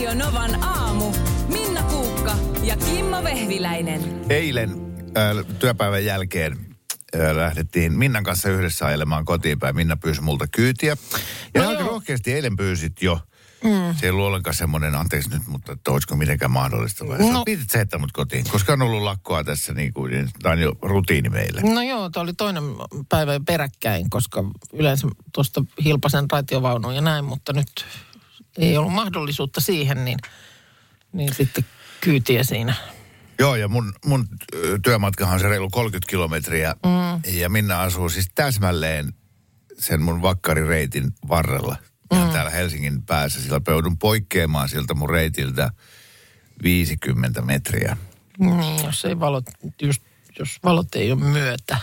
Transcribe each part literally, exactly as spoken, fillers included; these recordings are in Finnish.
Radio Novan aamu. Minna Kuukka ja Kimmo Vehviläinen. Eilen äh, työpäivän jälkeen äh, lähdettiin Minnan kanssa yhdessä ajelemaan kotiin päin. Minna pyysi multa kyytiä. Ja no aika joo. rohkeasti eilen pyysit jo. Mm. Se ei ollut ollenkaan semmoinen, anteeksi nyt, mutta että olisiko mitenkään mahdollista. Vai no. Pitit sä heittää mut kotiin, koska on ollut lakkoa tässä, niin kuin, tämä on jo rutiini meille. No joo, tämä oli toinen päivä peräkkäin, koska yleensä tuosta hilpasen raitiovaunuun ja näin, mutta nyt ei ollut mahdollisuutta siihen, niin, niin sitten kyytiä siinä. Joo, ja mun, mun työmatkahan on se reilu kolmekymmentä kilometriä, mm. ja Minna asuu siis täsmälleen sen mun vakkarireitin varrella. Ja mm. täällä Helsingin päässä, sillä joudun poikkeamaan siltä mun reitiltä viisikymmentä metriä. Niin, jos ei valot, just, jos valot ei ole myötä.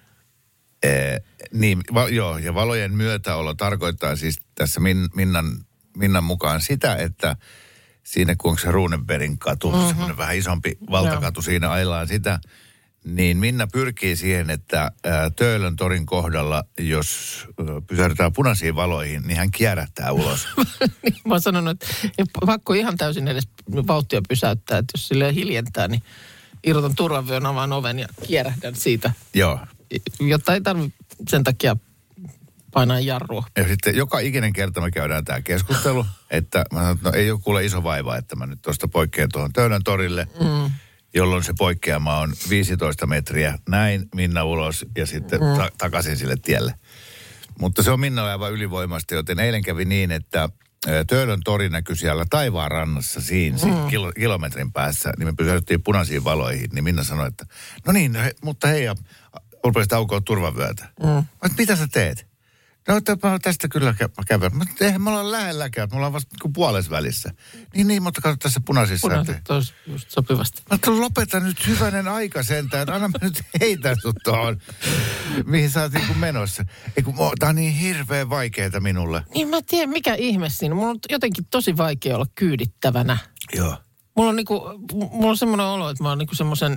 Ee, niin, va, joo, ja valojen myötäolo tarkoittaa siis tässä Min, Minnan, Minnan mukaan sitä, että siinä kun onko se Runebergin katu, mm-hmm. semmoinen vähän isompi valtakatu, joo. Siinä aillaan sitä, niin Minna pyrkii siihen, että ää, Töölön torin kohdalla, jos ä, pysähdytään punaisiin valoihin, niin hän kierrättää ulos. Niin, mä oon sanonut, että pakko ihan täysin edes vauhtia pysäyttää, että jos silleen hiljentää, niin irrotan turvavyön, avaan oven ja kierähdän siitä. Joo. Jotta ei tarvitse sen takia painaa jarrua. Ja sitten joka ikinen kerta me käydään tämä keskustelu, että mä sanon, että no ei ole kuule iso vaiva, että mä nyt tuosta poikkean tuohon Töölön torille. Mm. Jolloin se poikkeama on viisitoista metriä, näin Minna ulos ja sitten mm. ta- takaisin sille tielle. Mutta se on Minnalle aivan ylivoimasta, joten eilen kävi niin, että Töölön tori näkyi siellä taivaan rannassa siinä, siinä mm. kilo, kilometrin päässä, niin me pysähdyttiin punaisiin valoihin, niin Minna sanoi, että no niin, he, mutta hei, ja rupesit aukoa turvavyötä. Mm. Mutta mitä sä teet? No, että mä tästä kyllä kä- kävän. Mutta eihän me ollaan lähelläkään, me ollaan vasta niin puolessa välissä. Niin, niin, mutta katso tässä punaisissa. Punaiset olisi just sopivasti. Mä lopeta nyt hyvänen aika sentään. Anna mä nyt heitä sut tuohon, mihin sä oot niin menossa. Eiku, tää on niin hirveän vaikeeta minulle. Niin mä tiedän, mikä ihme siinä. Mulla on jotenkin tosi vaikea olla kyydittävänä. Joo. Mulla on niinku, mulla on semmoinen olo, että mä oon niinku semmoisen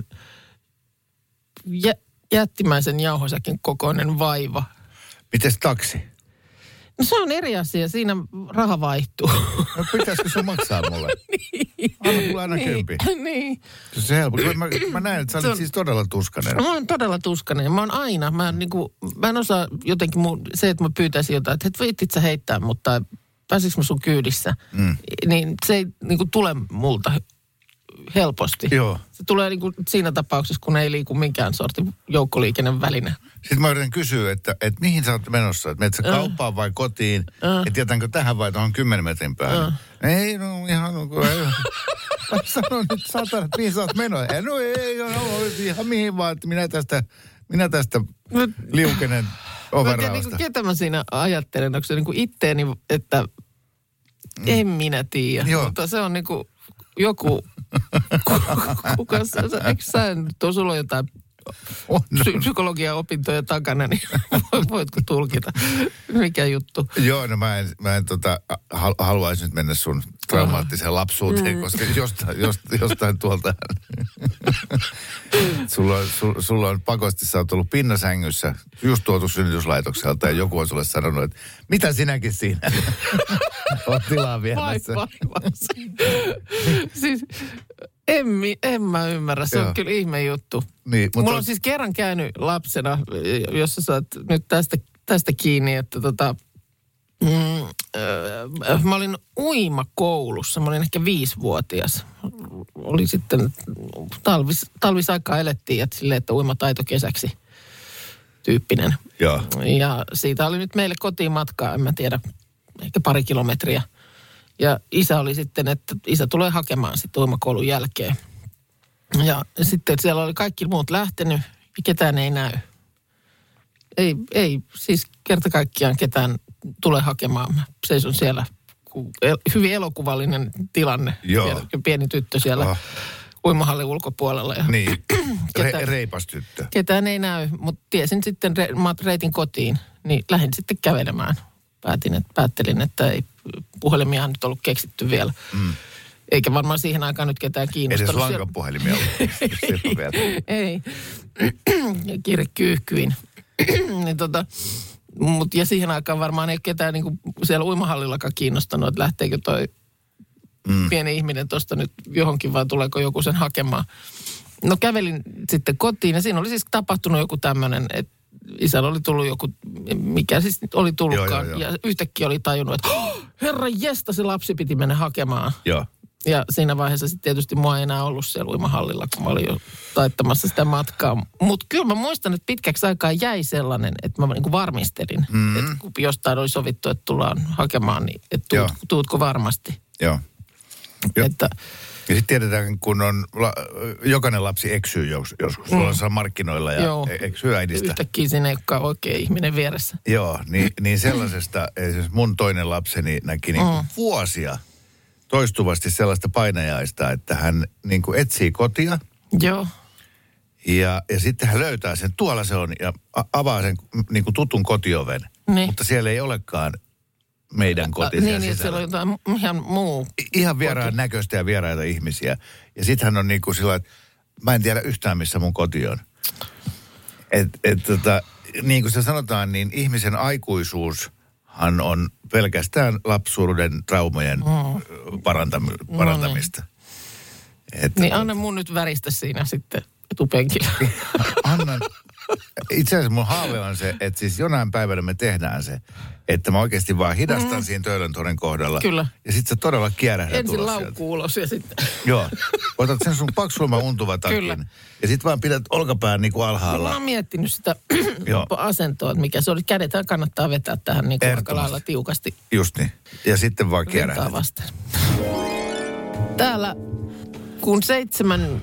jä, jättimäisen jauhosäkin kokoinen vaiva. Mites taksi? No se on eri asia, siinä raha vaihtuu. No pitäisikö se maksaa mulle? Niin. Anna mulle aina niin. kympi. Niin. Se on se helppo. Mä, mä näen, että sä olit on, siis todella tuskainen. Mä oon todella tuskainen. Mä oon aina, mä, niinku, mä en osaa jotenkin, mun, se että mä pyytäisin jotain, että et viittit sä heittää, mutta pääsisikö mä sun kyydissä? Mm. Niin se ei niinku tule multa helposti. Joo. Se tulee niinku siinä tapauksessa, kun ei liiku minkään sortin joukkoliikenneväline. Sitten mä yritän kysyä, että, että mihin sä oot menossa? Että menet sä kauppaan vai kotiin? Äh. Että jätänkö tähän vai tuohon kymmenen metrin päälle? Äh. Ei, no ihan... No, mä sanon nyt satana, että mihin sä oot menossa? No ei, no, ihan mihin vaan, että minä tästä, minä tästä liukenen ovenraosta. Niin ketä mä siinä ajattelen? Onko se niin kuin itteeni, että mm. en minä tiedä. Joo. Mutta se on niin kuin joku... Kuka sä, eikö sä nyt ole, sulla on jotain psy- psykologia-opintoja takana, niin voitko tulkita? Mikä juttu? Joo, no mä en, mä en tota, haluaisi nyt mennä sun traumaattiseen lapsuuteen, koska jostain, jostain, jostain tuolta sulla, on, su, sulla on pakosti, sä oot ollut pinnasängyssä, just tuotu synnytyslaitokselta ja joku on sulle sanonut, että mitä sinäkin siinä oot tilaa viemässä. Vai, vai, vai. Siis en, en mä ymmärrä, se Joo. on kyllä ihme juttu. Niin, mutta mulla on siis kerran käynyt lapsena, jos sä saat nyt tästä, tästä kiinni, että tota, mm, äh, mä olin uimakoulussa, mä olin ehkä viisivuotias. Oli sitten, talvis, talvisaikaa elettiin, että silleen, että uimataito kesäksi tyyppinen. Joo. Ja siitä oli nyt meille kotiin matkaa, en mä tiedä, ehkä pari kilometriä. Ja isä oli sitten, että isä tulee hakemaan sitten uimakoulun jälkeen. Ja sitten siellä oli kaikki muut lähtenyt ja ketään ei näy. Ei, ei siis kerta kaikkiaan ketään tule hakemaan. Mä seison siellä, hyvin elokuvallinen tilanne. Joo. Ja pieni tyttö siellä oh. uimahallin ulkopuolella. Ja niin, ketään, Re, reipas tyttö. Ketään ei näy, mutta tiesin sitten re, reitin kotiin, niin lähdin sitten kävelemään. Päätin, että, päättelin, että ei puhelimia nyt ollut keksitty vielä. Mm. Eikä varmaan siihen aikaan nyt ketään kiinnostanut. Edes lankapuhelimia ollut keksitty vielä. Ei. Kirje kyyhkyin. niin tota, mut, ja siihen aikaan varmaan ei ketään niinku siellä uimahallillakaan kiinnostanut, että lähteekö toi mm. pieni ihminen tuosta nyt johonkin vai tuleeko joku sen hakemaan. No kävelin sitten kotiin ja siinä oli siis tapahtunut joku tämmöinen, että isällä oli tullut joku, mikä siis oli tullutkaan. Joo, joo, joo. Ja yhtäkkiä oli tajunnut, että oh, herra jesta, se lapsi piti mennä hakemaan. Joo. Ja siinä vaiheessa sitten tietysti mua ei enää ollut siellä uimahallilla, kun mä olin jo taittamassa sitä matkaa. Mutta kyllä mä muistan, että pitkäksi aikaa jäi sellainen, että mä niinku varmistelin. Mm. Että kun jostain oli sovittu, että tullaan hakemaan, niin että tuut, tuutko varmasti. Joo. Jo. Että... Ja sitten tiedetään, kun on, la, jokainen lapsi eksyy jos, joskus mm. sulla markkinoilla ja Joo. eksyy äidistä. Yhtäkkiä siinä ei olekaan oikein ihminen vieressä. Joo, niin, niin sellaisesta, esimerkiksi mun toinen lapseni näki niin kuin mm. vuosia toistuvasti sellaista painajaista, että hän niin kuin etsii kotia. Joo. Ja, ja sitten hän löytää sen, tuolla se on, ja avaa sen niin kuin tutun kotioven. Niin. Mutta siellä ei olekaan meidän koti. Niin, niin siellä on jotain ihan muu. Ihan vieraan koti. Näköistä ja vieraita ihmisiä. Ja sitten hän on niin kuin sillä, että mä en tiedä yhtään, missä mun koti on. Et, et, tota, niin kuin se sanotaan, niin ihmisen aikuisuushan on pelkästään lapsuuden traumojen mm. parantam- parantamista. No niin. Et, niin anna mun nyt väristä siinä sitten etupenkillä. Annan. Itse asiassa mun haave on se, että siis jonain päivänä me tehdään se, että mä oikeasti vaan hidastan mm. siinä Töölöntoren kohdalla. Kyllä. Ja sit sä todella kierähdät ensin ulos laukku ulos ja sitten... Joo. Otat sen sun paksulman untuva takin. Kyllä. Ja sit vaan pidät olkapään niinku alhaalla. Mä oon miettinyt sitä asentoa, että mikä se oli. Kädetään kannattaa vetää tähän niinku aika lailla tiukasti. Just niin. Ja sitten vaan kierähdät. Vasten. Täällä kun seitsemän...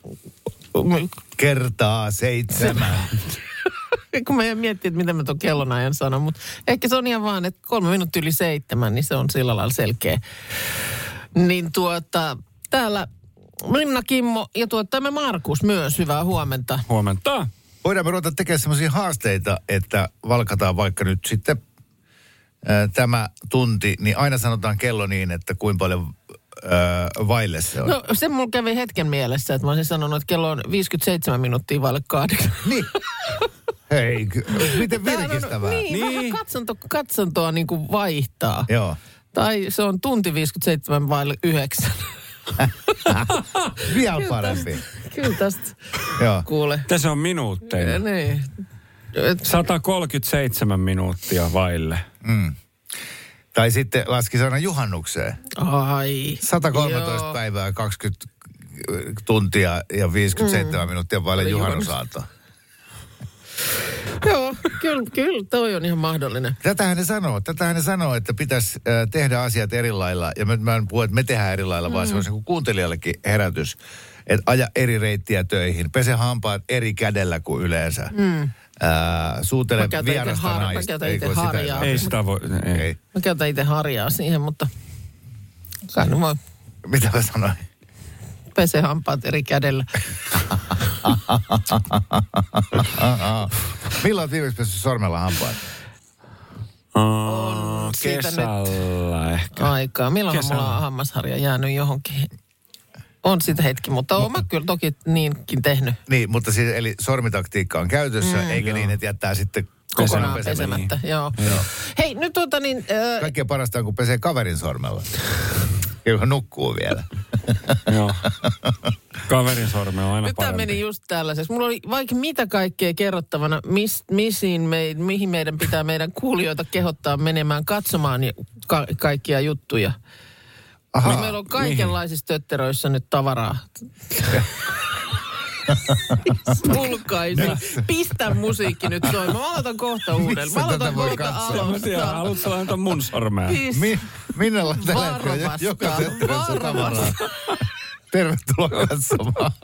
Kertaa seitsemän. Kun mä en miettiä, että mitä mä tuon kellonajan sanon, mutta ehkä se on ihan vaan, että kolme minuuttia yli seitsemän, niin se on sillä lailla selkeä. Niin tuota, täällä Minna, Kimmo ja tuottajamme Markus myös, hyvää huomenta. Huomenta. Voidaan me ruveta tekemään sellaisia haasteita, että valkataan vaikka nyt sitten ää, tämä tunti, niin aina sanotaan kello niin, että kuinka paljon... Öö, vaille se on. No se mulla kävi hetken mielessä, että mä olisin sanonut, että kello on viisikymmentäseitsemän minuuttia vaille kahdeksan. Niin. Hei, miten virkistävää. Niin, niin, vähän katsonto, katsontoa niin kuin vaihtaa. Joo. Tai se on tunti viisikymmentäseitsemän vaille yhdeksän. Vielä parempi. Kyllä tästä Joo. kuule. Tässä on minuutteja. Niin. sata kolmekymmentäseitsemän minuuttia vaille. Mm. Tai sitten laskisi aina juhannukseen. Ai. sata kolmetoista joo. päivää, kaksikymmentä tuntia ja viisikymmentäseitsemän mm. minuuttia vaille juhannusaato. Joo, kyllä, kyllä toi on ihan mahdollinen. Tätähän ne sanoo, tätähän ne sanoo, että pitäisi äh, tehdä asiat eri lailla. Ja mä, mä en puhu, että me tehdään eri lailla, mm. vaan se on se kuin kuuntelijallekin herätys. Että aja eri reittiä töihin, pese hampaat eri kädellä kuin yleensä. Mm. Ää, suutele vierasta har- naista. Mä käytän itse harjaa. Ei sitä voi, ei. ei. Mä käytän itse harjaa siihen, mutta kai nyt voi. Mitä mä sanoin? Pese hampaat eri kädellä. Milloin olet viimeksi pessyt sormella hampaat? On kesällä ehkä. Aikaa. Milloin mulla on hammasharja jäänyt johonkin? On sitä hetki, mutta oon mä kyllä toki niinkin tehnyt. Niin, mutta siis eli sormitaktiikka on käytössä, mm, eikä joo. niin, että jättää sitten kokonaan pesemättä. Niin. Joo. Joo. Hei, nyt tuota niin... Äh... Kaikkein parasta on, kun pesee kaverin sormella. Joka nukkuu vielä. Joo. Kaverin sorme on aina nyt parempi. Nyt tämä meni just tällaiseksi. Mulla oli vaikka mitä kaikkea kerrottavana, mis, misin me, mihin meidän pitää meidän kuulijoita kehottaa menemään katsomaan ka- kaikkia juttuja. Aha, meillä on kaikenlaisissa tötteröissä nyt tavaraa. Mulkaisu. Pistä musiikki nyt soimaan. Mä aloitan kohta uuden. Mä aloitan kohta alustaa. Haluatko antaa mun sormea? Mi- Minä olen tällä hetkellä joka tötterössä tavaraa. Tervetuloa katsomaan.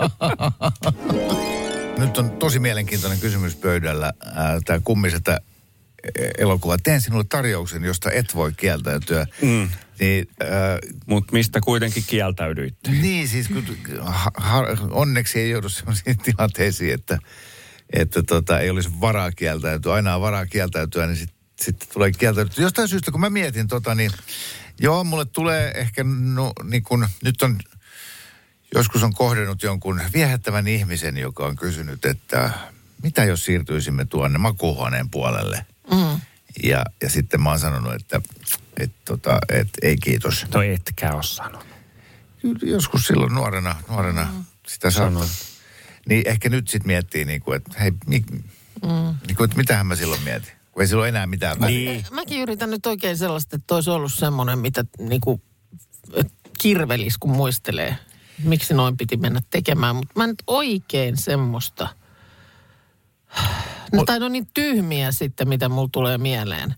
Nyt on tosi mielenkiintoinen kysymys pöydällä. Tämä Kummisetä elokuva. Teen sinulle tarjouksen, josta et voi kieltäytyä. Mm. Niin, äh, mutta mistä kuitenkin kieltäydyitte? Niin, siis kun, ha, ha, onneksi ei joudu sellaisiin tilanteisiin, että, että tota, ei olisi varaa kieltäytyä. Aina on varaa kieltäytyä, niin sitten sit tulee kieltäytyä. Jostain syystä, kun mä mietin, tota, niin joo, mulle tulee ehkä, no, niin kun, nyt on, joskus on kohdannut jonkun viehättävän ihmisen, joka on kysynyt, että mitä jos siirtyisimme tuonne makuuhuoneen puolelle? Mm. Ja, ja sitten mä oon sanonut, että et, tota, et, ei kiitos. No etkä ole sanonut. Joskus silloin nuorena, nuorena mm. sitä sanoi. Niin ehkä nyt sitten miettii, niin kuin, että hei, mi, mm. niin kuin, että mitähän mä silloin mietin. Kun ei silloin enää mitään väliä. Niin. Mäkin yritän nyt oikein sellaista, että olisi ollut semmoinen, mitä niin kuin kirvelis, kun muistelee. Miksi noin piti mennä tekemään, mutta mä nyt oikein semmoista. No, tai no niin tyhmiä sitten, mitä mulla tulee mieleen.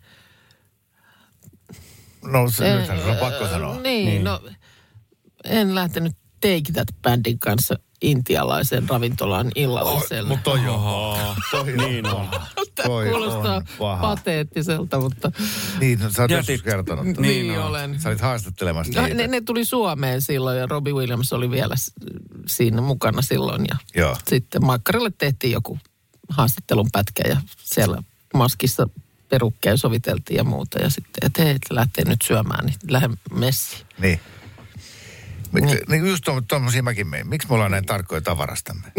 No se, nythän se on pakko sanoa. Niin, niin, no en lähtenyt Take That-bändin kanssa intialaisen ravintolaan illalliselle. Oh, mutta toi on. Toi niin on. Tämä kuulostaa pateettiselta, mutta... Niin, no, sä oot joskus kertonut. Niin, niin olen. Sä olit haastattelemassa niitä. Ne, ne tuli Suomeen silloin ja Robbie Williams oli vielä siinä mukana silloin. Ja joo. Sitten Maikkarille tehtiin joku haastattelun pätkä ja siellä maskissa perukkeja soviteltiin ja muuta. Ja sitten, että hei, lähtee nyt syömään, niin lähde messiin. Niin. Niin. Niin just tuommoisia mäkin menen. Miksi me ollaan näin tarkkoja tavarastamme?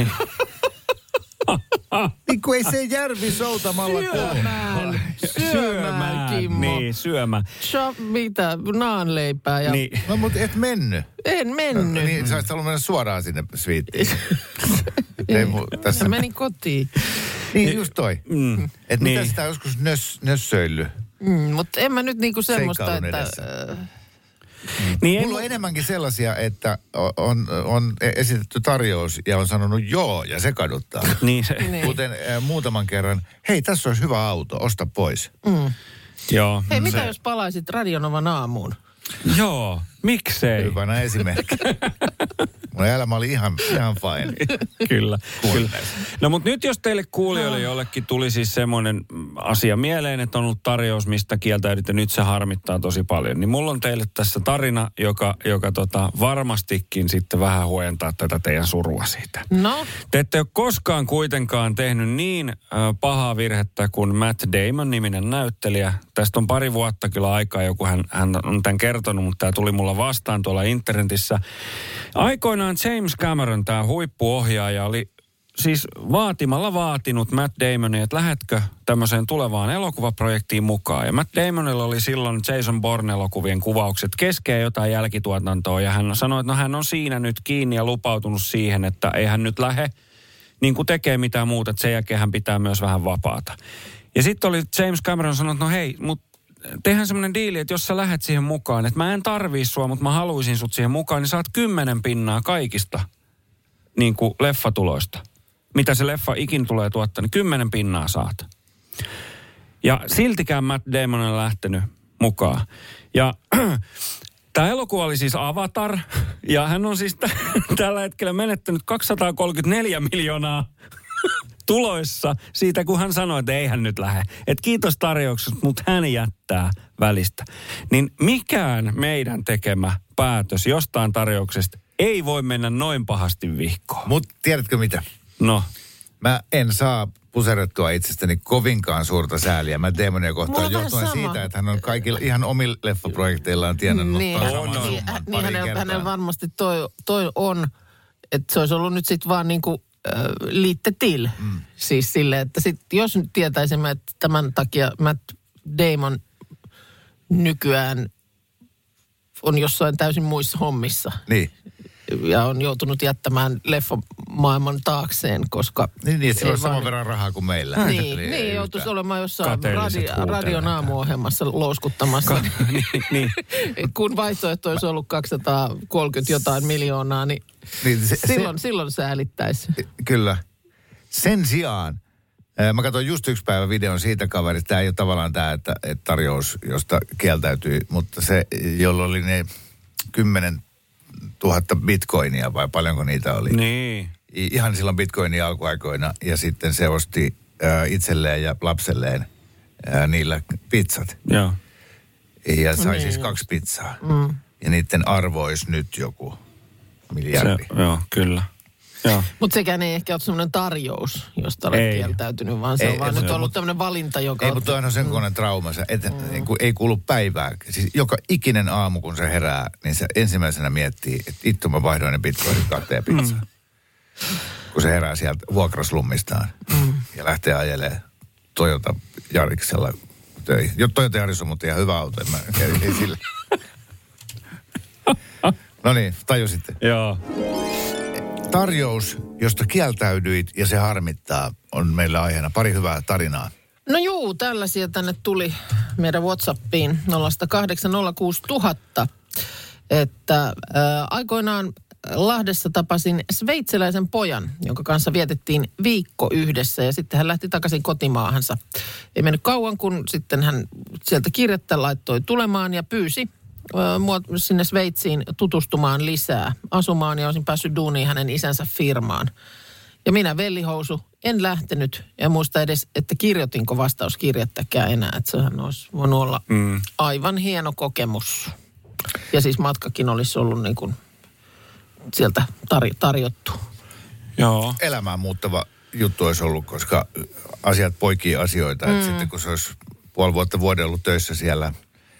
Niin kuin ei se järvi soutamalla syömään, syömään, Kimmo. Niin, syömään. Shop, mitä? Naanleipää ja... Niin. No, mutta et mennyt. En mennyt. No, niin, sä olisit halunnut mennä suoraan sinne sviittiin. ei, mu- tässä... Mä menin kotiin. Niin, just toi. Mm. Että niin. Mitä sitä joskus nös, nössöillyt? Mm, mutta en mä nyt niinku semmoista, että... Äh, Mm. Niin mulla en... on enemmänkin sellaisia, että on, on esitetty tarjous ja on sanonut joo ja se kaduttaa. niin se. Kuten äh, muutaman kerran, hei tässä olisi hyvä auto, osta pois. Mm. Joo. Hei, mitä se... jos palaisit Radionovan aamuun? Joo, miksei? Hyvänä esimerkki. Mun elämä oli ihan, ihan fine. Kyllä, kyllä. No mutta nyt jos teille kuulijoille jollekin tuli siis semmoinen asia mieleen, että on ollut tarjous, mistä kieltäydyt ja nyt se harmittaa tosi paljon, niin mulla on teille tässä tarina, joka, joka tota, varmastikin sitten vähän huojentaa tätä teidän surua siitä. No? Te ette ole koskaan kuitenkaan tehnyt niin äh, pahaa virhettä kuin Matt Damon-niminen näyttelijä. Tästä on pari vuotta kyllä aikaa, joku hän, hän on tämän kertonut, mutta tämä tuli mulla vastaan tuolla internetissä. Aikoinaan James Cameron, tämä huippuohjaaja, oli siis vaatimalla vaatinut Matt Damonia, että lähetkö tämmöiseen tulevaan elokuvaprojektiin mukaan. Ja Matt Damonilla oli silloin Jason Bourne-elokuvien kuvaukset keskeä jotain jälkituotantoa. Ja hän sanoi, että no hän on siinä nyt kiinni ja lupautunut siihen, että ei hän nyt lähde niin kuin tekee mitään muuta, että sen jälkeen hän pitää myös vähän vapaata. Ja sitten oli James Cameron sanonut, että no hei, mutta tehdään semmoinen diili, että jos sä lähet siihen mukaan, että mä en tarvii sua, mutta mä haluaisin sut siihen mukaan, niin saat kymmenen pinnaa kaikista niin kuin leffatuloista. Mitä se leffa ikin tulee tuottaa, niin kymmenen pinnaa saat. Ja siltikään Matt Damon on lähtenyt mukaan. Ja tämä elokuva oli siis Avatar, ja hän on siis t- tällä hetkellä menettänyt kaksisataakolmekymmentäneljä miljoonaa tuloissa siitä, kun hän sanoi, että ei hän nyt lähde. Että kiitos tarjouksesta, mutta hän jättää välistä. Niin mikään meidän tekemä päätös jostain tarjouksesta ei voi mennä noin pahasti vihkoon. Mutta tiedätkö mitä? No? Mä en saa puserrettua itsestäni kovinkaan suurta sääliä. Mä Damonia kohtaan johtuen siitä, että hän on kaikilla ihan omilla leffaprojekteillaan tienannut niin, saman niin, summan niin, pari hänellä, kertaa. hänellä varmasti toi, toi on, että se olisi ollut nyt sitten vaan niin kuin äh, liitte till. Mm. Siis silleen, että sit, jos nyt tietäisimme, että tämän takia Matt Damon nykyään on jossain täysin muissa hommissa. Niin. Ja on joutunut jättämään leffamaailman taakseen, koska... Niin, niin että sillä on saman verran rahaa kuin meillä. Niin, Eli niin, niin joutuisi olemaan jossain radi- radion aamuohjelmassa louskuttamassa. Ka- niin, niin. Kun vaihtoehto olisi ollut kaksisataakolmekymmentä jotain miljoonaa, niin, niin se, silloin, se, silloin säälittäisi. Kyllä. Sen sijaan, mä katsoin just yksi päivä videon siitä kaverista. Tämä ei ole tavallaan tämä, että, että tarjous, josta kieltäytyi, mutta se, jolla oli ne kymmenen tuhatta bitcoinia vai paljonko niitä oli. Niin. Ihan silloin bitcoinia alkuaikoina ja sitten se osti äh, itselleen ja lapselleen äh, niillä pizzat. Joo. Ja sai niin. siis kaksi pizzaa. Mm. Ja niiden arvo olisi nyt joku miljardi. Se, joo, kyllä. Mutta sekään ei ehkä ole semmoinen tarjous, josta olet ei. kieltäytynyt, vaan se ei, on vaan nyt ollut tämmöinen valinta, joka... Ei, mutta on sen kokoinen traumansa, että mm. ei kuulu päivää. Siis joka ikinen aamu, kun se herää, niin se ensimmäisenä miettii, että ittu mä vaihdoin ne bitcoinit kahteen pizzaan. Mm. Kun se herää sieltä vuokraslummistaan mm. ja lähtee ajelemaan Toyota Jariksella töihin. Jo Toyota Jaris on mutta ihan hyvä auto, en mä ei sille. No niin, tajusitte. Joo. Tarjous, josta kieltäydyit ja se harmittaa, on meillä aiheena. Pari hyvää tarinaa. No juu, tällaisia tänne tuli meidän WhatsAppiin nolla kahdeksan nolla kuusi nolla nolla nolla. Että äh, aikoinaan Lahdessa tapasin sveitsiläisen pojan, jonka kanssa vietettiin viikko yhdessä ja sitten hän lähti takaisin kotimaahansa. Ei mennyt kauan, kun sitten hän sieltä kirjettä laittoi tulemaan ja pyysi äh, mua sinne Sveitsiin tutustumaan lisää, asumaan ja olisin päässyt duuniin hänen isänsä firmaan. Ja minä vellihousu, en lähtenyt ja muista edes, että kirjoitinko vastauskirjettäkään enää, että sehän olisi voinut olla mm. aivan hieno kokemus. Ja siis matkakin olisi ollut niin kuin sieltä tar- tarjottu. Joo. Elämään muuttava juttu olisi ollut, koska asiat poikii asioita. Mm. Että sitten kun se olisi puoli vuotta vuoden ollut töissä siellä,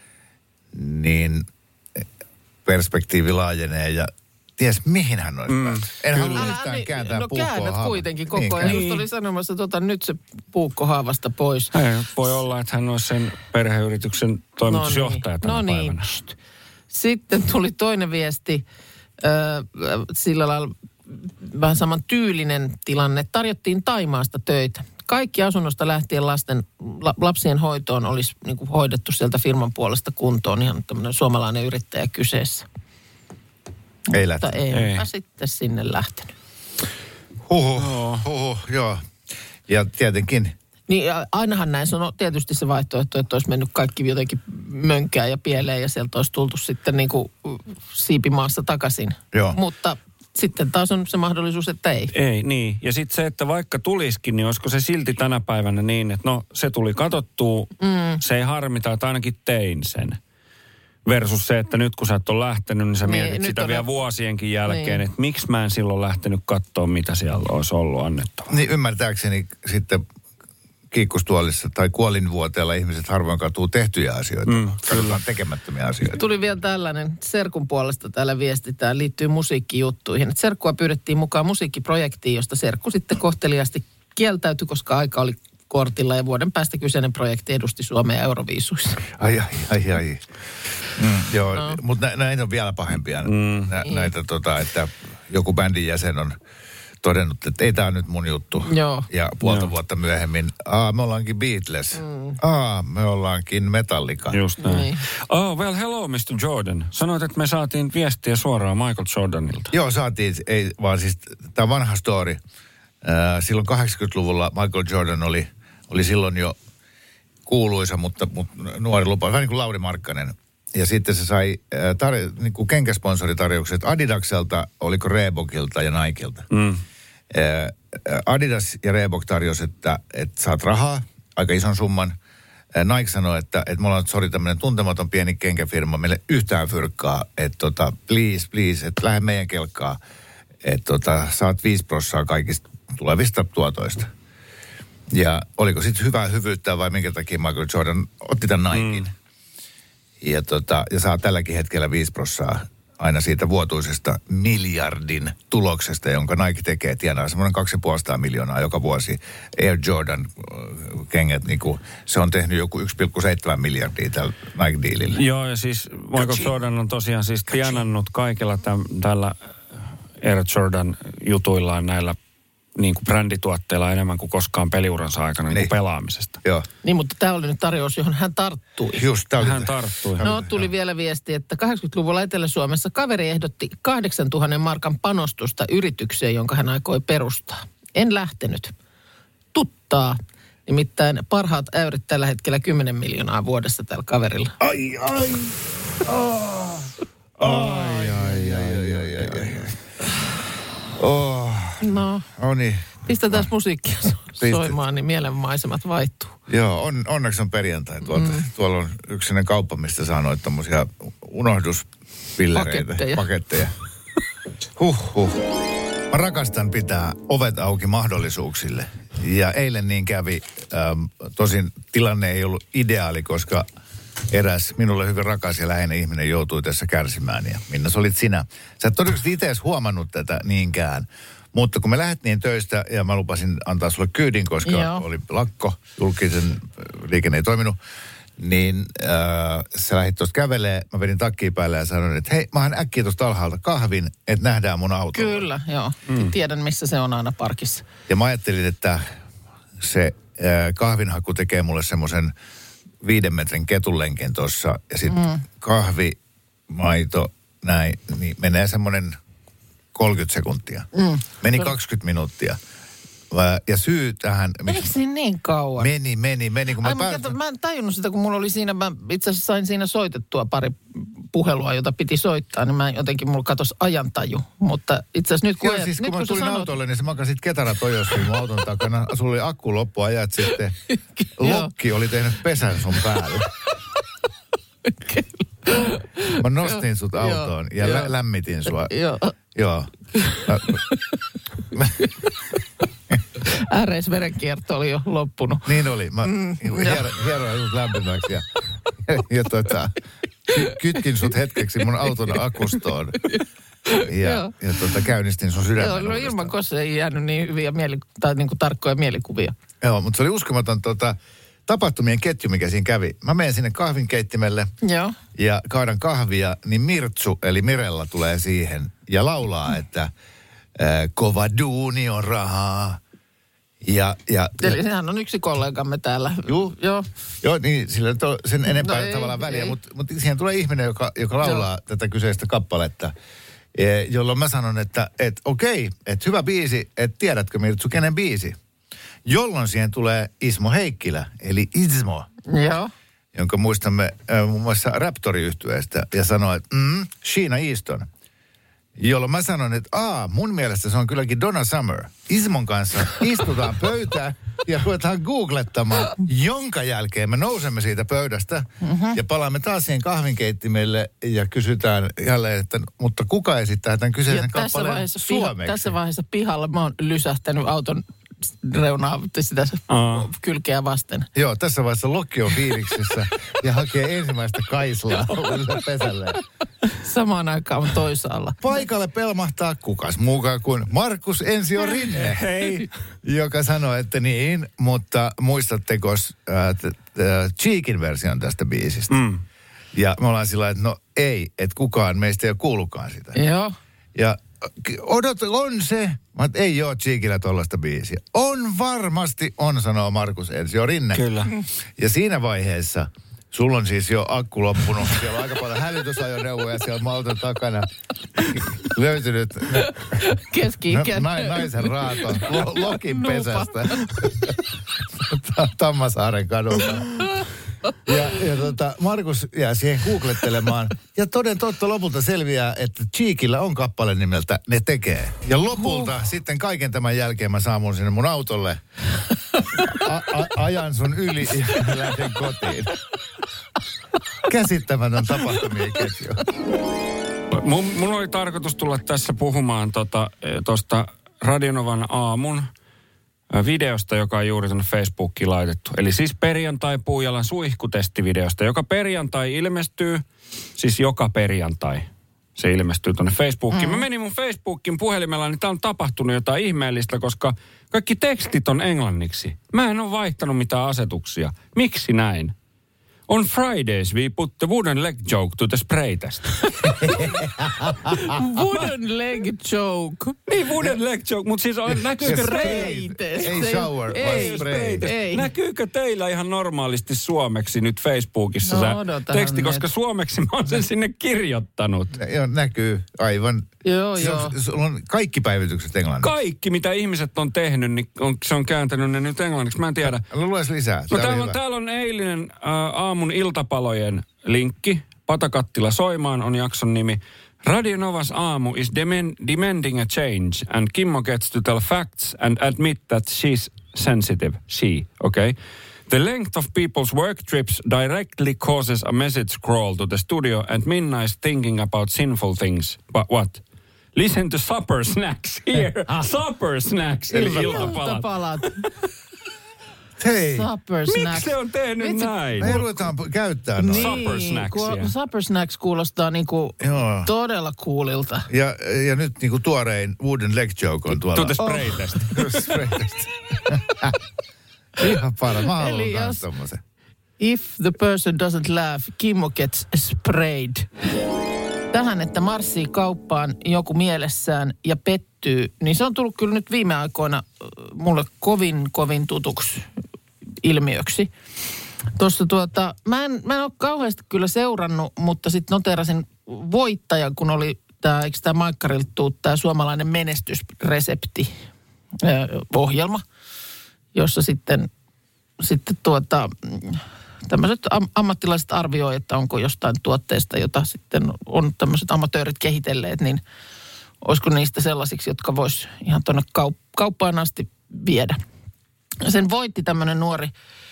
niin perspektiivi laajenee ja ties mihin hän olisi mm. päässyt. En halua yhtään kääntää no, puukkoa haavasta. No käännät kuitenkin koko niin, ajan. Niin. Just oli sanomassa, että otan nyt se puukko haavasta pois. Ei, voi olla, että hän olisi sen perheyrityksen toimitusjohtaja tänä no niin. päivänä. Pst. Sitten tuli toinen viesti, äh, sillä lailla vähän saman tyylinen tilanne. Tarjottiin Thaimaasta töitä. Kaikki asunnosta lähtien lasten, la, lapsien hoitoon olisi niin kuin hoidettu sieltä firman puolesta kuntoon. Ihan tämmöinen suomalainen yrittäjä kyseessä. Ei Mutta lähtenyt. Ei. Ei. sitten sinne lähtenyt. Huhhuh, huhhuh, joo. Ja tietenkin. Niin ainahan näin on tietysti se vaihtoehto, että olisi mennyt kaikki jotenkin mönkään ja pieleen ja sieltä olisi tultu sitten niin kuin siipimaassa takaisin. Joo. Mutta sitten taas on se mahdollisuus, että ei. Ei, niin. Ja sitten se, että vaikka tulisikin, niin olisiko se silti tänä päivänä niin, että no se tuli katsottua, mm. se ei harmita, että ainakin tein sen. Versus se, että nyt kun sä et ole lähtenyt, niin sä niin, mietit sitä vielä ne... vuosienkin jälkeen, niin. Että miksi mä en silloin lähtenyt katsoa, mitä siellä olisi ollut annettavaa. Niin ymmärtääkseni sitten kiikkustuolissa tai kuolinvuoteella ihmiset harvoin katuu tehtyjä asioita. Mm, Katsotaan tekemättömiä asioita. Tuli vielä tällainen Serkun puolesta täällä viestitään, liittyy musiikkijuttuihin. Et Serkkua pyydettiin mukaan musiikkiprojektiin, josta Serkku sitten kohteliasti kieltäytyi, koska aika oli kortilla ja vuoden päästä kyseinen projekti edusti Suomea Euroviisuissa. Ai, ai, ai, ai. Mm, joo, no. Mutta nä, näitä on vielä pahempia. Mm. Nä, näitä, tota, että joku bändin jäsen on todennut, että ei tämä nyt mun juttu. Joo. Ja puolta Joo. vuotta myöhemmin, aa, me ollaankin Beatles. Mm. Aa, me ollaankin Metallica. Just näin. Niin. Oh, well, hello, mister Jordan. Sanoit, että me saatiin viestiä suoraan Michael Jordanilta. Joo, saatiin. Ei, vaan siis tämä vanha story. Äh, silloin kahdeksankymmentäluvulla Michael Jordan oli, oli silloin jo kuuluisa, mutta, mutta nuori lupa. Vähän niin kuin Lauri Markkanen. Ja sitten se sai tar- niin kuin kenkäsponsoritarjoukset Adidakselta, oliko Reebokilta ja Nikelta. Mm. Adidas ja Reebok tarjosi, että, että saat rahaa, aika ison summan. Nike sanoi, että, että me ollaan, sori, tämmöinen tuntematon pieni kenkäfirma, meille yhtään fyrkkaa, että tota, please, please, että lähde meidän kelkkaa, että tota, saat viisi prossaa kaikista tulevista tuotoista. Ja oliko sitten hyvää hyvyyttä vai minkä takia Michael Jordan otti tämän Nikein. Mm. Ja, tota, ja saa tälläkin hetkellä viisi prossaa aina siitä vuotuisesta miljardin tuloksesta, jonka Nike tekee. Tienaa semmoinen kaksi ja puoli miljoonaa joka vuosi. Air Jordan kengät, niin kuin, se on tehnyt joku yksi pilkku seitsemän miljardia tällä Nike-diilillä. Joo, ja siis Michael Kachi. Jordan on tosiaan siis tienannut kaikilla täm, tällä Air Jordan jutuillaan näillä niin kuin brändituotteilla enemmän kuin koskaan peliuransa aikana niin. Niin kuin pelaamisesta. Joo. Niin, mutta tämä oli nyt tarjous, johon hän tarttui. Just, tämä hän tarttui. No, tuli vielä viesti, että kahdeksankymmentäluvulla Etelä-Suomessa kaveri ehdotti kahdeksantuhannen markan panostusta yritykseen, jonka hän aikoi perustaa. En lähtenyt. Tuttaa. Nimittäin parhaat äyrit tällä hetkellä kymmenen miljoonaa vuodessa tällä kaverilla. Ai, ai, oh. ai, ai, ai, ai, ai, ai, ai. Oh. No, no niin. Pistetään no. musiikkia soimaan, niin mielenmaisemat vaihtuu. Joo, on, onneksi on perjantai. Tuolta, mm. Tuolla on yksi sellainen kauppa, mistä saa noita tommosia unohduspillereitä, paketteja. paketteja. huh, huh. Mä rakastan pitää ovet auki mahdollisuuksille. Ja eilen niin kävi. Ähm, tosin tilanne ei ollut ideaali, koska eräs minulle hyvin rakas ja läheinen ihminen joutui tässä kärsimään. Ja Minna, sä olit sinä. Sä et todennäköisesti itse edes huomannut tätä niinkään. Mutta kun me lähdettiin töistä ja mä lupasin antaa sulle kyydin, koska Joo. oli lakko, julkisen liikenne ei toiminut, niin äh, sä lähdit tuosta kävelee, mä vedin takkiin päälle ja sanoin, että hei, mä hän äkkiä tuosta alhaalta kahvin, että nähdään mun auto. Kyllä, joo. Mm. Tiedän, missä se on aina parkissa. Ja mä ajattelin, että se äh, kahvinhaku tekee mulle semmoisen viiden metrin ketullenken tuossa. Ja sitten mm. kahvi, maito, näin, niin menee semmoinen kolmekymmentä sekuntia. Mm. Meni kaksikymmentä minuuttia. Ja syy tähän... Eikö niin niin kauan? Meni, meni, meni. Kun Ai, mä, mä, pääs... kato, mä en tajunnut sitä, kun mulla oli siinä, mä itse asiassa sain siinä soitettua pari puhelua, jota piti soittaa, niin mä jotenkin mulla katosi ajantaju. Mutta itse asiassa nyt kun... Joo, ajat, siis kun, nyt, kun mä tulin sanot... autolle, niin sä makasit ketara tojossa mun auton takana. Sulla oli akku loppu, ajat sitten. Lokki oli tehnyt pesän sun päälle. Mä nostin sut autoon ja lä- lämmitin sua. Joo. Joo. Ääreisverenkierto oli jo loppunut. Niin oli. Mä mm, hieroin sut lämpimäksi ja, ja tota, ky- kytkin sut hetkeksi mun auton akustoon. Ja, ja tota, käynnistin sun sydämen. Joo, no ilman kossa ei jäänyt niin hyviä mieli- tai niin kuin tarkkoja mielikuvia. Joo, mutta se oli uskomaton tota, tapahtumien ketju, mikä siinä kävi. Mä menen sinne kahvinkeittimelle Joo. ja kaadan kahvia, niin Mirtsu, eli Mirella tulee siihen ja laulaa, että äh, kova duuni on rahaa. Ja, ja, Eli ja, sehän on yksi kollegamme täällä. Juu. Joo. Joo, niin sillä on sen enempää no ei, tavallaan väliä, ei. mutta mut siihen tulee ihminen, joka, joka laulaa Joo. tätä kyseistä kappaletta, e, jolloin mä sanon, että et, okei, että hyvä biisi, että tiedätkö Mirtsu, kenen biisi? Jolloin siihen tulee Ismo Heikkilä, eli Ismo, Joo. jonka muistamme äh, muun muassa Raptori-yhtyeestä, ja sanoi, että mm, Sheena Easton. Jolloin mä sanon, että aa, mun mielestä se on kylläkin Donna Summer. Ismon kanssa istutaan pöytään ja ruvetaan googlettamaan, jonka jälkeen me nousemme siitä pöydästä mm-hmm. ja palaamme taas siihen kahvinkeittimelle ja kysytään jälleen, että mutta kuka esittää tämän kyseisen kappaleen suomeksi? Piha, tässä vaiheessa pihalla mä oon lysähtänyt auton reunaa sitä Aa. kylkeä vasten. Joo, tässä vaiheessa Lokki on fiiliksissä ja hakee ensimmäistä kaislaa uudelle pesälle. Samaan aikaan toisaalla. Paikalle pelmahtaa kukas muukaan kuin Markus Ensio Rinne. Hei. Joka sanoi, että niin, mutta muistatteko äh, Cheekin version tästä biisistä? Mm. Ja me ollaan sillä että no ei, että kukaan meistä ei ole kuullutkaan sitä. Joo. Ja odot, on se. Mä et, ei ole Cheekillä tollaista biisiä. On varmasti, on, sanoo Markus Ensio Rinne. Kyllä. Ja siinä vaiheessa sulla on siis jo akku loppunut. Siellä on aika paljon hälytysajoneuvoja siellä auton takana. Löytynyt keski-ikäinen na, naisen raato lo, Lokin pesästä. Tammasaaren kadulta. Ja, ja tota, Markus jää siihen googlettelemaan. Ja toden totta lopulta selviää, että Cheekillä on kappale nimeltä Ne tekee. Ja lopulta huh. sitten kaiken tämän jälkeen mä saamun sinne mun autolle. A, a, ajan sun yli ja lähden kotiin. Käsittämätön tapahtumien ketju. Mun, mun oli tarkoitus tulla tässä puhumaan tuosta tota, Radionovan aamun videosta, joka on juuri tuonne Facebookiin laitettu. Eli siis perjantai Puujalan suihkutestivideosta, joka perjantai ilmestyy, siis joka perjantai se ilmestyy tuonne Facebookiin. Mm. Mä menin mun Facebookin puhelimella, niin tää on tapahtunut jotain ihmeellistä, koska kaikki tekstit on englanniksi. Mä en ole vaihtanut mitään asetuksia. Miksi näin? On Fridays we put the wooden leg joke to the spray test. Wooden leg joke. Niin, wooden leg joke, mutta siis on, näkyykö spray test? Ei shower, ei spray. Ei. Näkyykö teillä ihan normaalisti suomeksi nyt Facebookissa no, se teksti, koska suomeksi mä oon sen sinne kirjoittanut. Joo, näkyy aivan. Joo, se joo. On, se on kaikki päivitykset englanniksi. Kaikki, mitä ihmiset on tehnyt, niin on, se on kääntänyt ne nyt englanniksi. Mä en tiedä. Lues lisää. No täällä on, täällä on eilinen äh, aamun iltapalojen linkki. Patakattila soimaan on jakson nimi. Radio Novas aamu is demand, demanding a change and Kimmo gets to tell facts and admit that she's sensitive. She, okay? The length of people's work trips directly causes a message scroll to the studio and Minna is thinking about sinful things. But what? Listen to supper snacks here. Supper snacks. Eli iltapalat. Hei. Supper snacks. Miksi se on tehnyt Vitsi, näin? Me ruvetaan käyttää noin. Niin, supper snacksia. Ku, supper snacks kuulostaa niinku todella coolilta. Ja, ja nyt niinku tuorein wooden leg joke on tuolla. Tuota spray test. Spray test. Ihan para. Mä haluan kans tommosen. If the person doesn't laugh, Kimmo gets sprayed. Tähän, että marssii kauppaan joku mielessään ja pettyy, niin se on tullut kyllä nyt viime aikoina mulle kovin, kovin tutuksi ilmiöksi. Tuossa tuota, mä en, mä en ole kauheasti kyllä seurannut, mutta sitten noterasin voittajan, kun oli tämä, eikö tämä Maikkarilta tuu, tämä suomalainen menestysresepti-ohjelma, jossa sitten, sitten tuota, tämmöiset am- ammattilaiset arvioi, että onko jostain tuotteesta, jota sitten on tämmöiset amatöörit kehitelleet, niin olisiko niistä sellaisiksi, jotka vois ihan tuonne kaup- kauppaan asti viedä. Sen voitti tämmöinen nuori,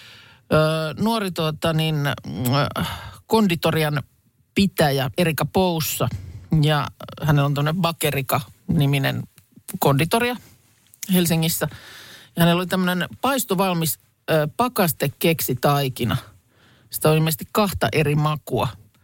öö, nuori tuota niin, öö, konditorian pitäjä Erika Poussa. Ja hänellä on tämmöinen Bakerika-niminen konditoria Helsingissä. Ja hänellä oli tämmöinen paistovalmis öö, pakastekeksitaikina. Sitä on ilmeisesti kahta eri makua.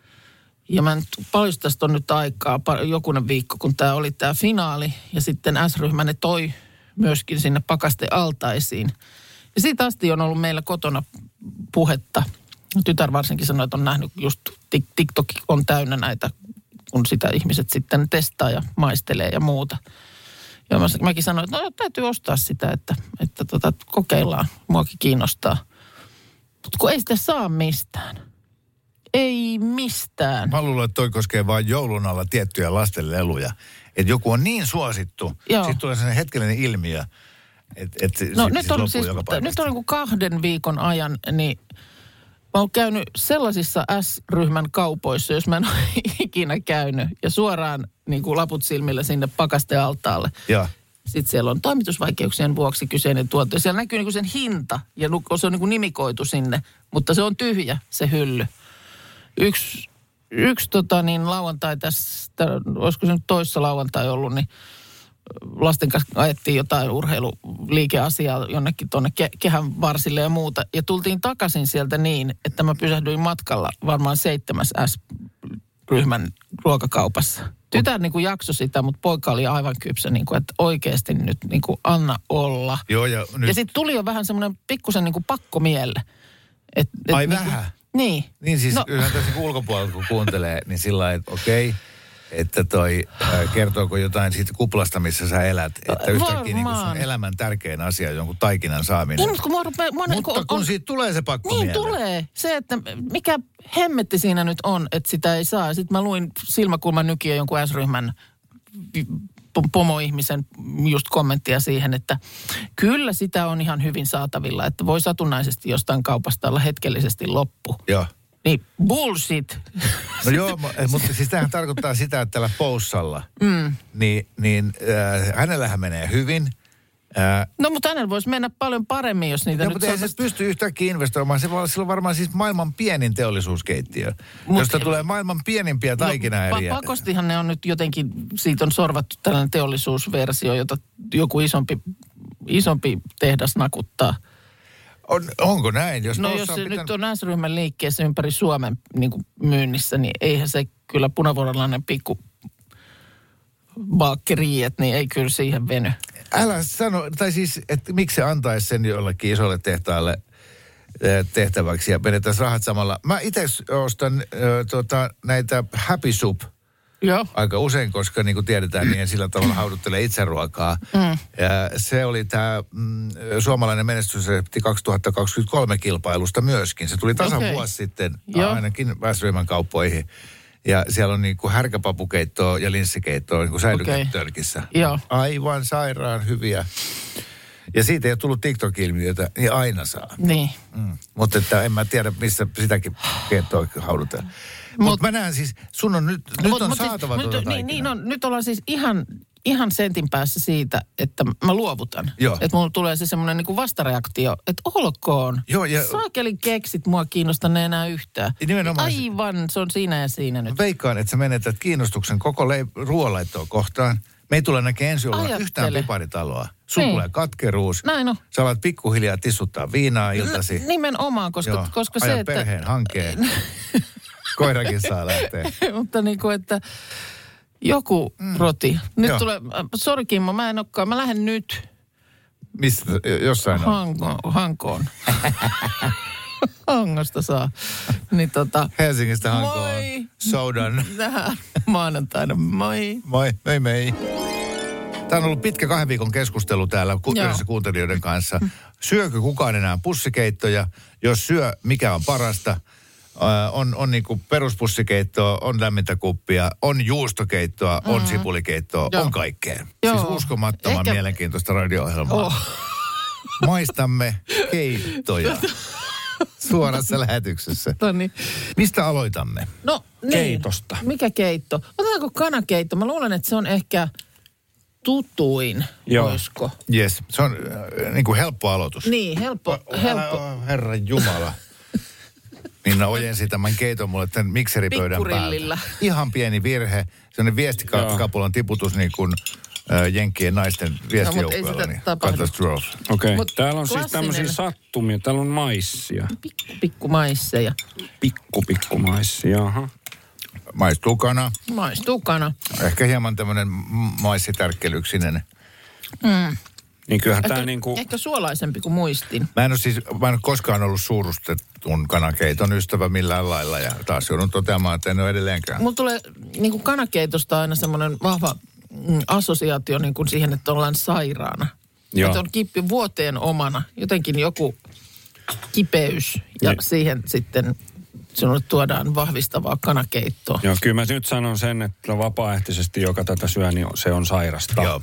Ja mä nyt, paljon tästä on nyt aikaa, jokunen viikko, kun tämä oli tämä finaali. Ja sitten S-ryhmä ne toi myöskin sinne pakastealtaisiin. Ja siitä asti on ollut meillä kotona puhetta. Tytär varsinkin sanoi, että on nähnyt just TikTok on täynnä näitä, kun sitä ihmiset sitten testaa ja maistelee ja muuta. Ja mä, mäkin sanoin, että no täytyy ostaa sitä, että, että tota, kokeillaan, muakin kiinnostaa. Mutta kun ei sitä saa mistään. Ei mistään. Mä luulen, että toi koskee vain joulun alla tiettyjä lastenleluja. Että joku on niin suosittu, sitten tulee sellainen hetkellinen ilmiö, että et, no, si, nyt siis on, siis, nyt on niin kuin kahden viikon ajan, niin mä oon käynyt sellaisissa S-ryhmän kaupoissa, jos mä en ole ikinä käynyt, ja suoraan niin kuin laput silmillä sinne pakastealtaalle. Ja. Sitten siellä on toimitusvaikeuksien vuoksi kyseinen tuote. Siellä näkyy niin kuin sen hinta, ja se on niin kuin nimikoitu sinne, mutta se on tyhjä, se hylly. Yksi, yksi tota niin, lauantai tästä, olisiko se nyt toissa lauantai ollut, niin lasten kanssa ajettiin jotain urheiluliikeasiaa jonnekin tuonne ke- kehän varsille ja muuta. Ja tultiin takaisin sieltä niin, että mä pysähdyin matkalla varmaan seitsemäs S-ryhmän ruokakaupassa. Tytär niin kuin jaksoi sitä, mutta poika oli aivan kypsä, niin kuin, että oikeasti nyt niin kuin anna olla. Joo, ja nyt... ja sitten tuli jo vähän semmoinen pikkusen niin kuin pakkomielle. Et, et Ai niin vähän? Kuin, niin. Niin siis no. yhden tässä ulkopuolelta kun kuuntelee, niin sillä lailla, että okei, okay, että toi äh, kertooko jotain siitä kuplasta, missä sä elät. Että yhtäkkiä niin kuin sun elämän tärkein asia on jonkun taikinan saaminen. Niin, mutta kun, mua rupea, mua, mutta kun, kun on, siitä tulee se pakko Niin mieleen. tulee. Se, että mikä hemmetti siinä nyt on, että sitä ei saa. Sitten mä luin silmäkulman nykiä jonkun S-ryhmän pomoihmisen just kommenttia siihen, että kyllä sitä on ihan hyvin saatavilla, että voi satunnaisesti jostain kaupasta olla hetkellisesti loppu. Joo. Niin bullshit. No joo, mutta siis tämähän tarkoittaa sitä, että tällä Poussalla, mm. niin, niin äh, hänellähän menee hyvin. Äh, no mutta hänellä voisi mennä paljon paremmin, jos niitä no, nyt mutta ei se pysty yhtäkkiä investoimaan. Se voi olla varmaan siis maailman pienin teollisuuskeittiö, Mut, josta tulee maailman pienimpiä taikinaeriä. No, pa- pakostihan ne on nyt jotenkin, siitä on sorvattu tällainen teollisuusversio, jota joku isompi, isompi tehdas nakuttaa. On, onko näin? Jos no jos se pitänyt... nyt on S-ryhmän liikkeessä ympäri Suomen niin kuin myynnissä, niin eihän se kyllä punavuorolainen pikku baakkeriet, niin ei kyllä siihen veny. Älä sano, tai siis, että miksi se antaisi sen jollekin isolle tehtaalle tehtäväksi ja menettäisiin rahat samalla. Mä itse ostan äh, tota, näitä Happy Soup Joo. aika usein, koska niin kuin tiedetään, niin en sillä tavalla hauduttelee itse ruokaa. Mm. Ja se oli tämä mm, suomalainen menestysresepti kaksituhattakaksikymmentäkolme kilpailusta myöskin. Se tuli tasan okay. vuosi sitten Joo. ainakin S-ryhmän kauppoihin. Ja siellä on niin kuin härkäpapukeittoa ja linssikeittoa niin kuin säilyketölkissä. Okay. Aivan sairaan hyviä. Ja siitä ei ole tullut TikTok-ilmiötä, niin aina saa. Niin. Mm. Mutta että en mä tiedä, missä sitäkin keittoa haudutaan. Mutta mut mä näen siis, sun on nyt, nyt mut, on mut saatava siis, tuota niin, niin on, nyt ollaan siis ihan, ihan sentin päässä siitä, että mä luovutan. Joo. Että mulla tulee se semmoinen niinku vastareaktio, että olkoon. Joo, ja saakelin keksit mua kiinnosta ne enää yhtään. Aivan, se on siinä ja siinä nyt. Veikkaan, että sä menetät kiinnostuksen koko leip- ruoanlaittoa kohtaan. Me ei tule näkemään ensi jouluna yhtään piparitaloa. Sun niin. tulee katkeruus. Näin on. Sä alat pikkuhiljaa tissuttaa viinaa iltasi. N- nimenomaan, koska, Joo, koska se, että... perheen hankkeen. Koirakin saa lähteä. Mutta niin kuin, että joku mm. roti. Nyt Joo. tulee, sori Kimmo, mä en olekaan, mä lähden nyt. Mistä, jossain Hanko, Hankoon. Hangosta saa. Niin tota, Helsingistä Hankoon. Soudan. Nähdään maanantaina. Moi. Moi, moi, moi. Tämä on ollut pitkä kahden viikon keskustelu täällä yhdessä kuuntelijoiden kanssa. Syökö kukaan enää pussikeittoja? Jos syö, mikä on parasta? On, on niin kuin peruspusikeittoa, on lämmintä kuppia, on juustokeittoa, mm-hmm. on sipulikeittoa, Joo. on kaikkea. Joo. Siis uskomattoman Ehkä... mielenkiintoista radio-ohjelmaa. Oh. Maistamme keittoja suorassa lähetyksessä. Noniin. Mistä aloitamme? No niin. Keitosta. Mikä keitto? Otetaanko kanakeitto? Mä luulen, että se on ehkä tutuin, Joo. oisko? Yes, se on äh, niin kuin helppo aloitus. Niin, helppo. helppo. Oh, Herran Jumala. Minna ojensi tämän keiton mulle tämän mikseripöydän päältä. Ihan pieni virhe. Sellainen viestikapulan tiputus niin kuin äh, jenkkien naisten viestijoukkoilla. Niin catastrophe. Okei, okay. Täällä on siis tämmöisiä sattumia. Täällä on maissia. Pikku, pikku maisseja. Pikku, pikku maissia, aha. Maistuu kana. Maistuu kana. Ehkä hieman tämmöinen maissitärkkelyksinen. Mm. Niin kyllähän ehkä, tämä niinku... Ehkä suolaisempi kuin muistin. Mä en ole siis, mä en ole koskaan ollut suurustetun kanakeiton ystävä millään lailla. Ja taas joudun toteamaan, että en ole edelleenkään. Mulla tulee niinku kanakeitosta aina semmoinen vahva mm, assosiaatio niin kuin siihen, että ollaan sairaana. Joo. Että on kippi vuoteen omana. Jotenkin joku kipeys ja niin. Siihen sitten... Sinulle tuodaan vahvistavaa kanakeittoa. Joo, kyllä mä nyt sanon sen, että vapaaehtoisesti, joka tätä syö, niin se on sairasta. Joo.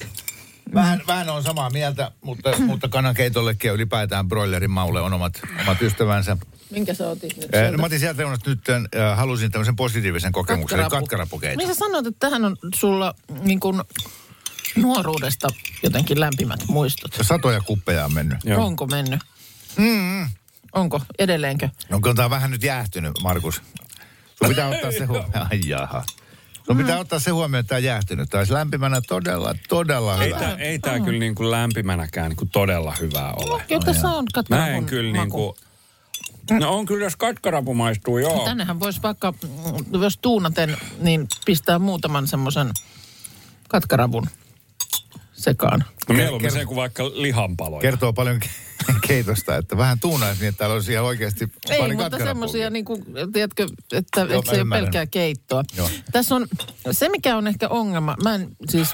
Vähän, vähän on samaa mieltä, mutta, mutta kanakeitollekin ja ylipäätään broilerin maulle on omat, omat ystävänsä. Minkä sä otit nyt sieltä? No mä otin sieltä reunasta nyt, äh, halusin tämmöisen positiivisen kokemuksen, Katkarapu. katkarapukeito. Niin sä sanoit, että tähän on sulla niin kuin nuoruudesta jotenkin lämpimät muistot. Satoja kuppeja on mennyt. Joo. Onko mennyt? Mm-hmm. Onko? Edelleenkö? No kun tää on vähän nyt jäähtynyt, Markus. Sun pitää ottaa se huomioon. Ai jaha. Sun pitää ottaa se huomioon, että tää on jäähtynyt. Tää olisi lämpimänä todella, todella hyvä. Ei tää, ei tää kyllä niin kuin lämpimänäkään niin kuin todella hyvää ole. Joo, tässä on katkarapun Mä en kyllä niin kuin... No on kyllä, jos katkarapu maistuu, joo. Tännehän voisi vaikka, jos tuunaten, niin pistää muutaman semmoisen katkarapun sekaan. No mieluummin se kuin vaikka lihanpaloja. Kertoo paljon keitosta, että vähän tuunaisi niin, että täällä olisi ihan oikeasti ei, paljon mutta semmoisia, niin kuin, tiedätkö, että, Joo, että se ei ole pelkkää keittoa. Joo. Tässä on, se mikä on ehkä ongelma, mä en siis,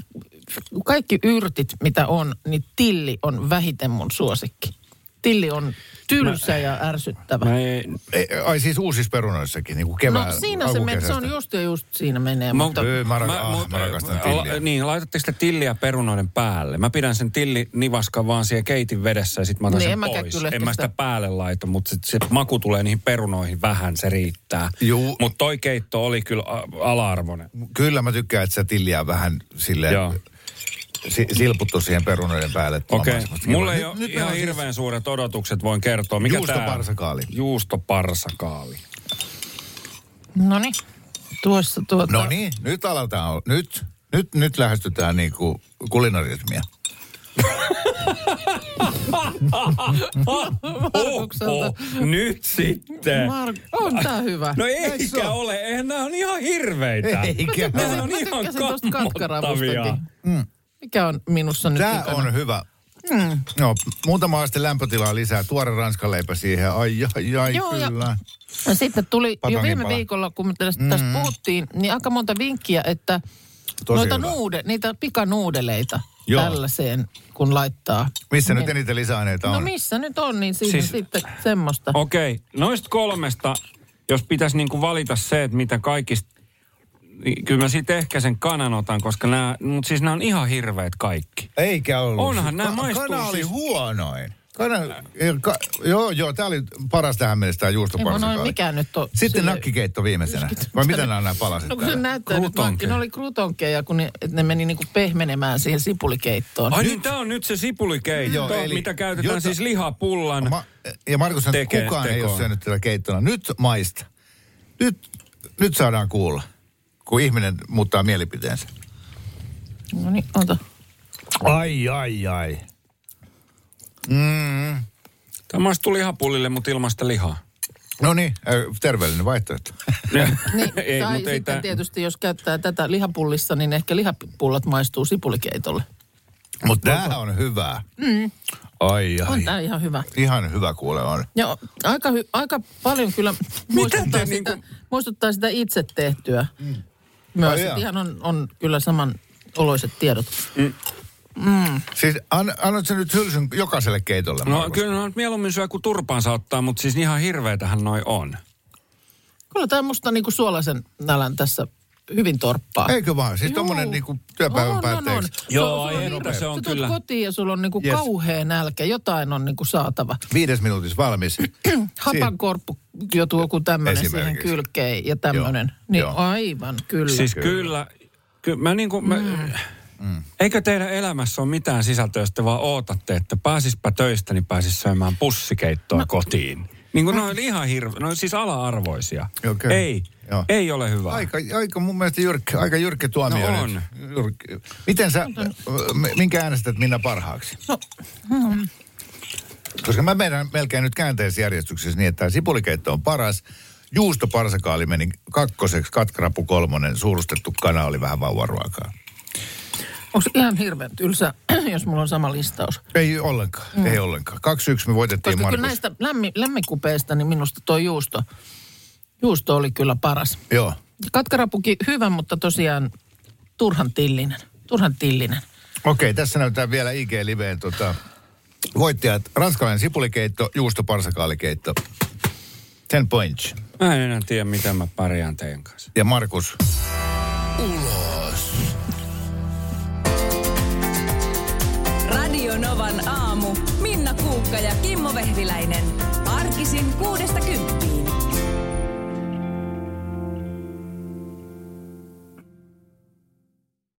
kaikki yrtit mitä on, niin tilli on vähiten mun suosikki. Tilli on tylsä mä, ja ärsyttävä. Mä ei, ei, ai siis uusissa perunoissakin, niin kuin keväällä. No siinä se, men, se on just ja just siinä menee. Mä, mutta, öö, mä, ra- mä, ah, mä rakastan tilliä. Niin, laitatteko sitä tilliä perunoiden päälle? Mä pidän sen tilli nivaskan vaan siihen keitin vedessä ja sit mä otan niin, sen pois. En mä sitä, sitä päälle laita, mutta sit se maku tulee niihin perunoihin vähän, se riittää. Mutta toi keitto oli kyllä ala-arvoinen. Kyllä mä tykkään, että sä tilliä vähän silleen... Joo. Silputtu siihen perunoiden päälle. Okei, okay. Mulla ei ole ihan hirveän siis... suuret odotukset, voin kertoa. Mikä Juustoparsakaali. Juustoparsakaali. Noniin, tuossa tuota... No niin, nyt aletaan, nyt, nyt, nyt lähestytään niinku kulinarismia. Oho, nyt sitten. Mark, on tää hyvä. No eikä ole, eihän nämä on ihan hirveitä. Eikä. Nämä on ihan kammottavia. Mm. Mikä on minussa nyt? Tää on hyvä. Mm. No, muutama aste lämpötilaa lisää. Tuore ranskanleipä siihen. Ai, ai, ai, Joo, kyllä. Ja sitten tuli Patangin jo viime pala. viikolla, kun me tästä, mm. tästä puhuttiin, niin aika monta vinkkiä, että Tosi noita nuude, niitä pikanuudeleita Joo. tällaiseen, kun laittaa. Missä niin, nyt eniten lisäaineita on? No missä nyt on, niin siinä siis, sitten semmoista. Okei, okay. Noista kolmesta, jos pitäisi niinku valita se, että mitä kaikista, niin kyllä mä sitten ehkä sen kanan otan, koska nämä, mutta siis nämä on ihan hirveät kaikki. Eikä ollut. Onhan nämä Ka- maistuu Kana oli siis... huonoin. Kana, ka, joo, joo, tämä oli paras tähän mennessä tämä juustoparsakaali. No mikä nyt on? Sitten sille... nakkikeitto viimeisenä. Vai mitä nämä on nämä palaset? No kun se näyttää nyt, ne oli krutonkeja, kun ne, ne meni niinku pehmenemään siihen sipulikeittoon. Ai niin, tämä on nyt se sipulikeitto, joo, eli, mitä käytetään jota, siis lihapullan ma, Ja Markus sanoi, että kukaan tekoon. Ei ole syönyt tätä keittona. Nyt maista. Nyt, nyt saadaan kuulla, kun ihminen muuttaa mielipiteensä. No niin, ota. Ai, ai, ai. Mm. Tämä maistuu lihapullille, mutta ilmasta lihaa. No niin, terveellinen vaihtoehto. niin, ei, tai sitten tämän... tietysti, jos käyttää tätä lihapullissa, niin ehkä lihapullat maistuu sipulikeitolle. Mutta tämä on hyvä. Mm. Ai, ai. On tämä ihan hyvä. Ihan hyvä kuule on. Joo, aika, hy, aika paljon kyllä muistuttaa, sitä, niinku... muistuttaa sitä itse tehtyä. Mm. Myös, ihan on, on kyllä saman oloiset tiedot. Mm. Mm. Siis an, annat sä nyt hylsyn jokaiselle keitolle? No Markus? Kyllä no, mieluummin syö kuin turpaan saattaa, mutta siis ihan hirveetähän noi on. Kyllä tämä musta niinku suolaisen nälän tässä hyvin torppaa. Eikö vaan? Siis tommonen niinku työpäivän on, päätteeksi. On, on. Joo, ai ei, se on sä kyllä. Sä kotiin ja sulla on niinku yes. kauhea nälkä. Jotain on niinku saatava. Viides minuutissa valmis. Hapankorppu joutuu joku tämmöinen siihen kylkeen ja tämmöinen. Niin Joo. aivan, kyllä. Siis kyllä. kyllä mä niinku... Mä, mm. Mm. Eikö teidän elämässä ole mitään sisältöä, jos te vaan ootatte, että pääsispä töistä, niin pääsis syömään pussikeittoa no. kotiin? Niin kuin ne on ihan hirveä, ne on siis ala-arvoisia. Okay. Ei, Joo. ei ole hyvä. Aika, aika mun mielestä jyrkkä, aika jyrkkä tuomio. No on. Jyrkkä. Miten sä, minkä äänestät Minna parhaaksi? No. Hmm. Koska mä menen melkein nyt käänteisessä järjestyksessä niin, että sipulikeitto on paras. Juustoparsakaali meni kakkoseksi, katkrapu kolmonen, suurustettu kana oli vähän vauvaruokaa. Onko se ihan hirveän tylsä, jos mulla on sama listaus? Ei ollenkaan, mm. ei ollenkaan. Kaksi yksi me voitettiin Koska Markus. Kyllä näistä lämmi, lämmikupeista, niin minusta tuo juusto, juusto oli kyllä paras. Joo. Katkarapukin hyvä, mutta tosiaan turhan tillinen. Turhan tillinen. Okei, tässä näytetään vielä I G-liveen tota, voittajat. Ranskalainen sipulikeitto, juustoparsakaalikeitto. Ten points. Mä en enää tiedä, miten mä pärjään teidän kanssa. Ja Markus. Ulos. Radio Novan aamu. Minna Kuukka ja Kimmo Vehviläinen. Arkisin kuudesta kymppiin.